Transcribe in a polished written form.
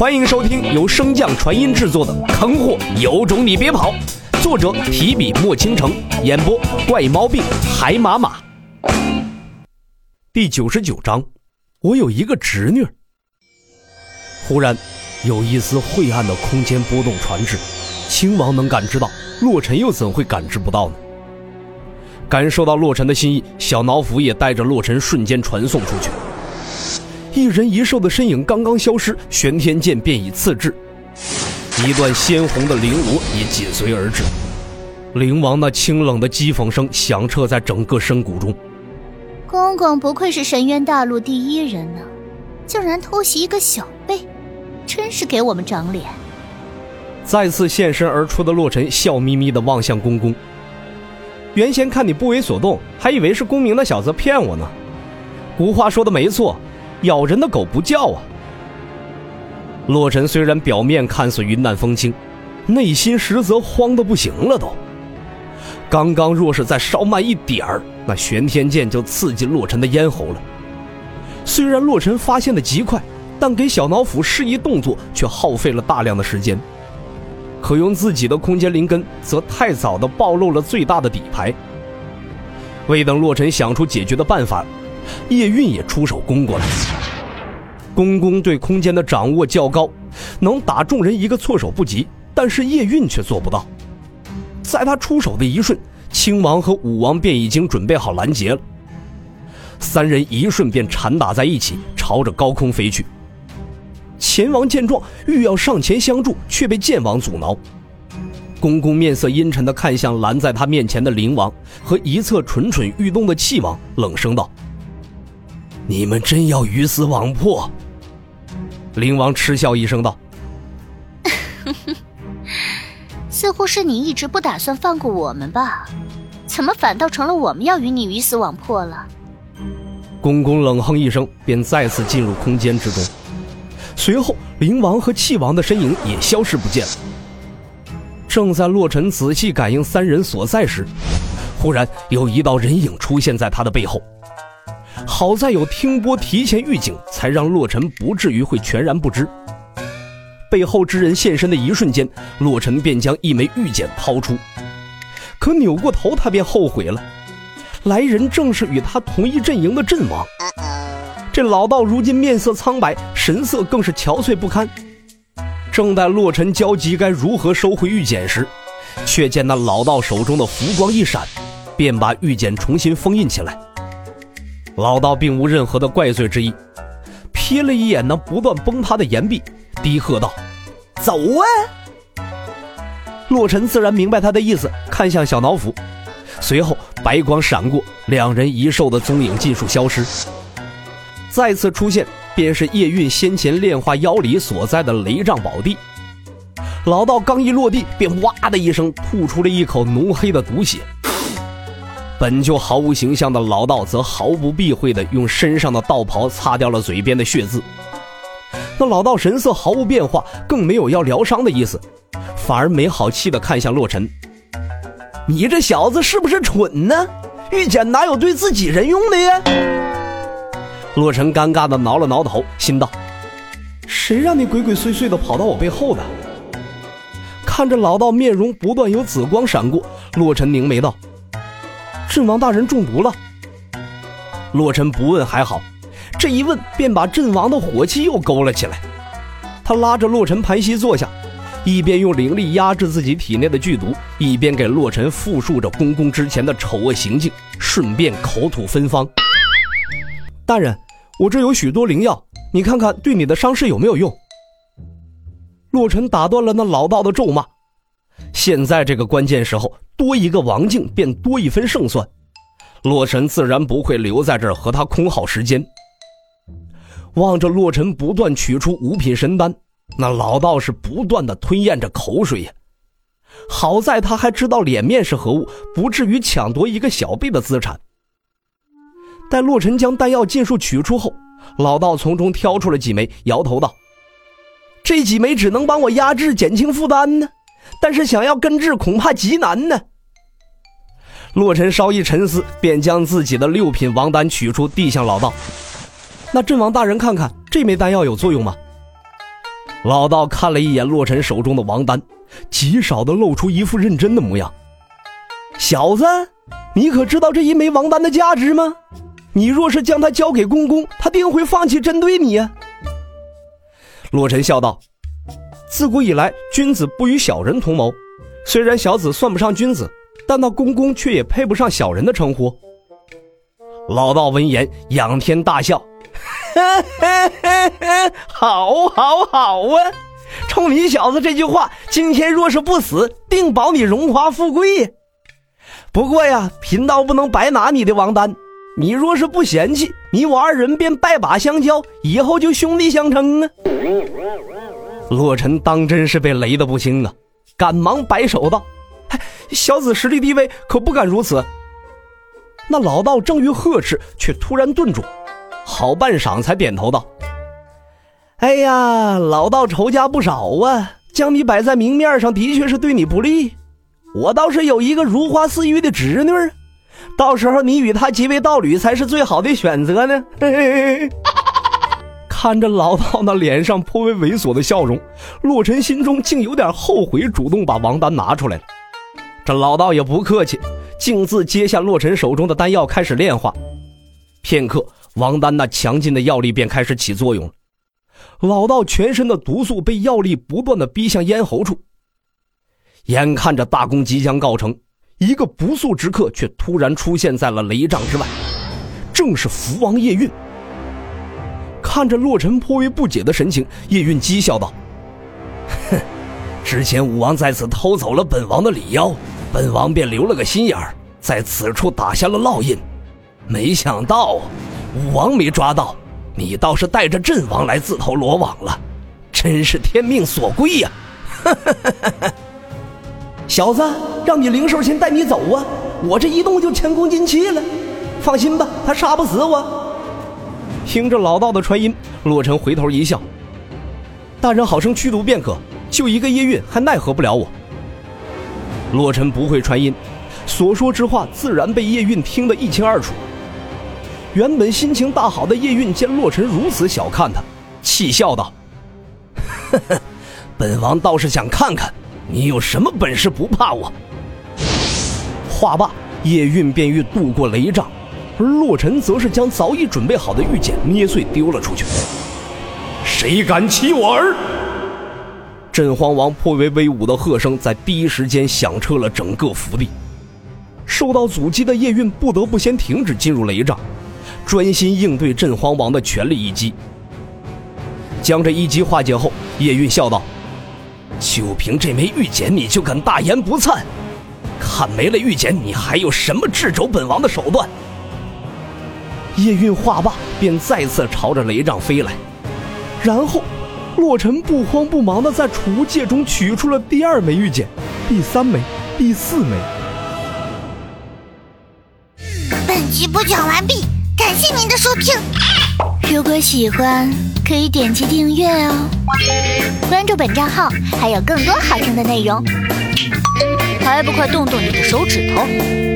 欢迎收听由升降传音制作的《坑货有种你别跑》，作者提笔墨倾城，演播怪毛病海马马。第99章，我有一个侄女。忽然有一丝晦暗的空间波动传至，亲王能感知到，洛尘又怎会感知不到呢？感受到洛尘的心意，小脑斧也带着洛尘瞬间传送出去。一人一兽的身影刚刚消失，玄天剑便已刺至，一段鲜红的绫罗也紧随而至。灵王那清冷的讥讽声响彻在整个深谷中。 公公不愧是神渊大陆第一人呢，竟然偷袭一个小辈，真是给我们长脸。 再次现身而出的洛尘笑眯眯地望向公公。原先看你不为所动，还以为是公明的小子骗我呢。古话说的没错，咬人的狗不叫啊。洛尘虽然表面看似云淡风轻，内心实则慌得不行了都。刚刚若是再稍慢一点儿，那玄天剑就刺进洛尘的咽喉了。虽然洛尘发现的极快，但给小脑斧示意动作却耗费了大量的时间。可用自己的空间灵根则太早地暴露了最大的底牌。未等洛尘想出解决的办法，叶蕴也出手攻过来。公公对空间的掌握较高，能打众人一个措手不及，但是叶蕴却做不到。在他出手的一瞬，亲王和武王便已经准备好拦截了。三人一瞬便缠打在一起，朝着高空飞去。前王见状欲要上前相助，却被剑王阻挠。公公面色阴沉地看向拦在他面前的灵王和一侧蠢蠢欲动的气王，冷声道：你们真要鱼死网破？灵王嗤笑一声道： 似乎是你一直不打算放过我们吧？怎么反倒成了我们要与你鱼死网破了？ 公公冷哼一声，便再次进入空间之中。随后灵王和气王的身影也消失不见了。正在洛尘仔细感应三人所在时，忽然有一道人影出现在他的背后。好在有听波提前预警，才让洛尘不至于会全然不知。背后之人现身的一瞬间，洛尘便将一枚玉简掏出，可扭过头他便后悔了。来人正是与他同一阵营的阵王。这老道如今面色苍白，神色更是憔悴不堪。正待洛尘焦急该如何收回玉简时，却见那老道手中的符光一闪，便把玉简重新封印起来。老道并无任何的怪罪之意，瞥了一眼那不断崩塌的岩壁，低喝道：走啊！洛尘自然明白他的意思，看向小脑斧，随后白光闪过，两人一兽的踪影尽数消失。再次出现便是叶蕴先前炼化妖里所在的雷障宝地。老道刚一落地，便哇的一声吐出了一口浓黑的毒血。本就毫无形象的老道则毫不避讳地用身上的道袍擦掉了嘴边的血渍。那老道神色毫无变化，更没有要疗伤的意思，反而没好气地看向洛尘：你这小子是不是蠢呢？玉简哪有对自己人用的呀？洛尘尴尬地挠了挠头，心道：谁让你鬼鬼祟祟地跑到我背后的？看着老道面容不断有紫光闪过，洛尘凝眉道：阵王大人中毒了。洛尘不问还好，这一问便把阵王的火气又勾了起来。他拉着洛尘盘膝坐下，一边用灵力压制自己体内的剧毒，一边给洛尘复述着公公之前的丑恶行径，顺便口吐芬芳。大人，我这有许多灵药，你看看对你的伤势有没有用？洛尘打断了那老道的咒骂。现在这个关键时候，多一个王境便多一分胜算，洛尘自然不会留在这儿和他空耗时间。望着洛尘不断取出五品神丹，那老道是不断地吞咽着口水呀。好在他还知道脸面是何物，不至于抢夺一个小辈的资产。待洛尘将丹药尽数取出后，老道从中挑出了几枚，摇头道：这几枚只能帮我压制减轻负担呢，但是想要根治恐怕极难呢。洛尘稍一沉思，便将自己的6品王丹取出，递向老道：那阵王大人看看，这枚丹药有作用吗？ 老道看了一眼洛尘手中的王丹，极少的露出一副认真的模样。小子，你可知道这一枚王丹的价值吗？你若是将它交给公公，他定会放弃针对你啊。洛尘笑道，自古以来君子不与小人同谋，虽然小子算不上君子，但那公公却也配不上小人的称呼。老道闻言仰天大笑，好好好啊，冲你小子这句话，今天若是不死，定保你荣华富贵。不过呀，贫道不能白拿你的王丹，你若是不嫌弃，你我二人便拜把相交，以后就兄弟相称啊。洛尘当真是被雷得不轻啊，赶忙摆手道，小子实力地位可不敢如此。那老道正欲呵斥，却突然顿住，好半晌才点头道，哎呀，老道仇家不少啊，将你摆在明面上的确是对你不利。我倒是有一个如花似玉的侄女，到时候你与她结为道侣才是最好的选择呢。看着老道那脸上颇为猥琐的笑容，洛尘心中竟有点后悔主动把王丹拿出来了。这老道也不客气，径自接下洛尘手中的丹药开始炼化。片刻，王丹那强劲的药力便开始起作用了。老道全身的毒素被药力不断地逼向咽喉处。眼看着大功即将告成，一个不速之客却突然出现在了雷障之外，正是福王叶运。看着洛尘颇为不解的神情，叶运讥笑道，哼，之前武王在此偷走了本王的礼腰，本王便留了个心眼儿，在此处打下了烙印。没想到武王没抓到，你倒是带着阵王来自投罗网了，真是天命所归呀。小子，让你灵兽先带你走啊，我这一动就前功尽弃了。放心吧，他杀不死我。听着老道的传音，洛尘回头一笑，大人好生驱毒便可，就一个叶运还奈何不了我。洛尘不会传音，所说之话自然被叶运听得一清二楚。原本心情大好的叶运见洛尘如此小看他，气笑道，呵呵，本王倒是想看看你有什么本事不怕我。话罢，叶运便欲渡过雷障，而洛尘则是将早已准备好的玉简捏碎丢了出去。谁敢欺我儿？镇荒王颇为威武的喝声在第一时间响彻了整个福地。受到阻击的叶运不得不先停止进入雷障，专心应对镇荒王的全力一击。将这一击化解后，叶运笑道，就凭这枚玉简你就敢大言不惭？看没了玉简，你还有什么掣肘本王的手段？叶运话罢，便再次朝着雷障飞来。然后洛尘不慌不忙地在储物戒中取出了第二枚玉简、第三枚、第四枚。 本集播讲完毕，感谢您的收听。如果喜欢，可以点击订阅哦，关注本账号还有更多好听的内容。还不快动动你的手指头！